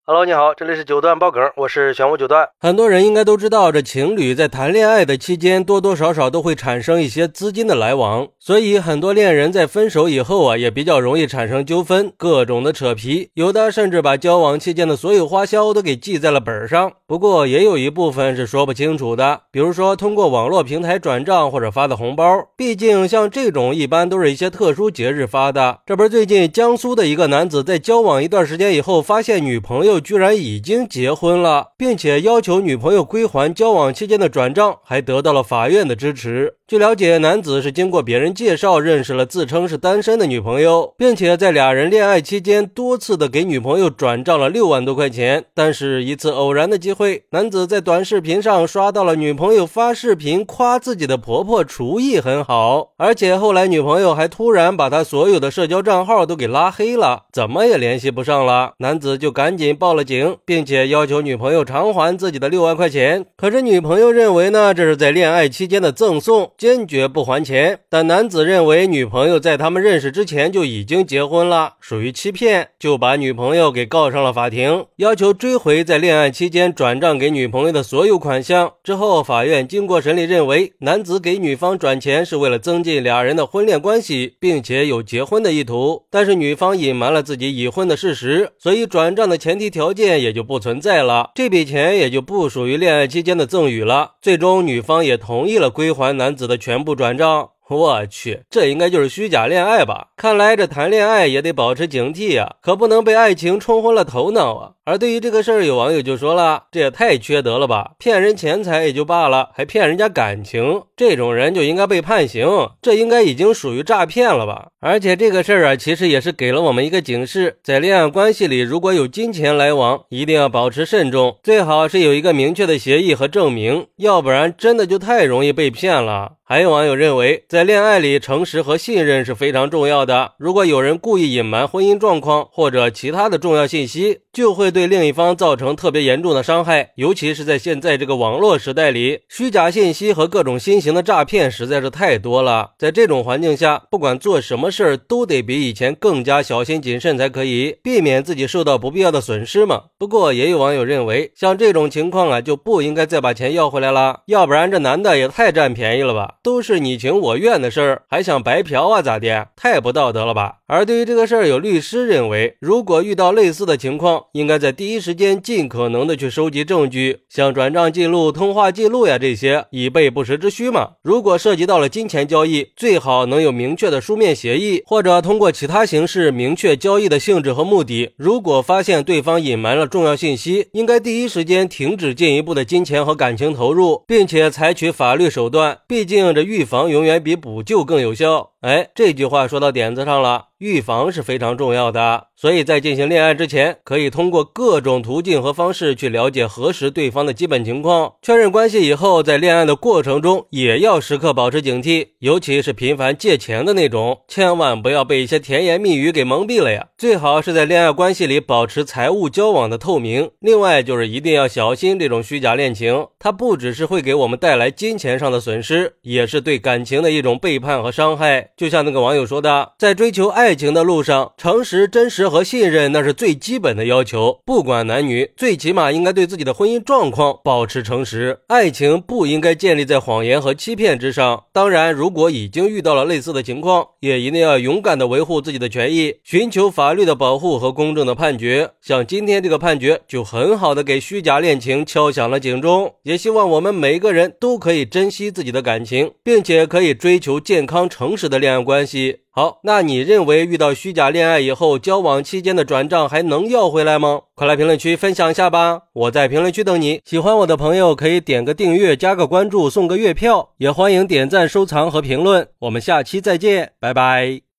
Hello， 你好，这里是九段爆梗，我是玄武九段。 很多人应该都知道，这情侣在谈恋爱的期间，多多少少都会产生一些资金的来往，所以很多恋人在分手以后也比较容易产生纠纷，各种的扯皮，有的甚至把交往期间的所有花销都给记在了本上。不过也有一部分是说不清楚的，比如说通过网络平台转账或者发的红包，毕竟像这种一般都是一些特殊节日发的。这不是最近江苏的一个男子在交往一段时间以后，发现女朋友居然已经结婚了，并且要求女朋友归还交往期间的转账，还得到了法院的支持。据了解，男子是经过别人介绍认识了自称是单身的女朋友，并且在俩人恋爱期间多次的给女朋友转账了6万多块钱。但是一次偶然的机会，男子在短视频上刷到了女朋友发视频夸自己的婆婆厨艺很好，而且后来女朋友还突然把他所有的社交账号都给拉黑了，怎么也联系不上了。男子就赶紧报了警，并且要求女朋友偿还自己的6万块钱。可是女朋友认为呢，这是在恋爱期间的赠送，坚决不还钱。但男子认为女朋友在他们认识之前就已经结婚了，属于欺骗，就把女朋友给告上了法庭，要求追回在恋爱期间转账给女朋友的所有款项。之后法院经过审理认为，男子给女方转钱是为了增进俩人的婚恋关系，并且有结婚的意图，但是女方隐瞒了自己已婚的事实，所以转账的前提条件也就不存在了，这笔钱也就不属于恋爱期间的赠与了。最终女方也同意了归还男子的全部转账。我去，这应该就是虚假恋爱吧？看来这谈恋爱也得保持警惕啊，可不能被爱情冲昏了头脑啊。而对于这个事儿，有网友就说了，这也太缺德了吧，骗人钱财也就罢了，还骗人家感情，这种人就应该被判刑，这应该已经属于诈骗了吧。而且这个事儿其实也是给了我们一个警示，在恋爱关系里如果有金钱来往，一定要保持慎重，最好是有一个明确的协议和证明，要不然真的就太容易被骗了。还有网友认为，在恋爱里诚实和信任是非常重要的，如果有人故意隐瞒婚姻状况或者其他的重要信息，就会对另一方造成特别严重的伤害。尤其是在现在这个网络时代里，虚假信息和各种新型的诈骗实在是太多了，在这种环境下，不管做什么事儿都得比以前更加小心谨慎才可以，避免自己受到不必要的损失嘛。不过也有网友认为，像这种情况就不应该再把钱要回来了，要不然这男的也太占便宜了吧，都是你情我愿的事儿，还想白嫖啊咋的？太不道德了吧。而对于这个事儿，有律师认为，如果遇到类似的情况，应该在第一时间尽可能的去收集证据，像转账记录、通话记录这些，以备不时之需嘛。如果涉及到了金钱交易，最好能有明确的书面协议，或者通过其他形式明确交易的性质和目的。如果发现对方隐瞒了重要信息，应该第一时间停止进一步的金钱和感情投入，并且采取法律手段，毕竟这预防永远比补救更有效。这句话说到点子上了，预防是非常重要的，所以在进行恋爱之前，可以通过各种途径和方式去了解核实对方的基本情况，确认关系以后，在恋爱的过程中也要时刻保持警惕，尤其是频繁借钱的那种，千万不要被一些甜言蜜语给蒙蔽了呀。最好是在恋爱关系里保持财务交往的透明。另外就是一定要小心这种虚假恋情，它不只是会给我们带来金钱上的损失，也是对感情的一种背叛和伤害。就像那个网友说的，在追求爱情的路上，诚实、真实和信任那是最基本的要求，不管男女，最起码应该对自己的婚姻状况保持诚实。爱情不应该建立在谎言和欺骗之上。当然，如果已经遇到了类似的情况，也一定要勇敢地维护自己的权益，寻求法律的保护和公正的判决。像今天这个判决就很好的给虚假恋情敲响了警钟，也希望我们每个人都可以珍惜自己的感情，并且可以追求健康诚实的恋爱关系。好，那你认为遇到虚假恋爱以后，交往期间的转账还能要回来吗？快来评论区分享一下吧，我在评论区等你。喜欢我的朋友可以点个订阅，加个关注，送个月票，也欢迎点赞、收藏和评论。我们下期再见，拜拜。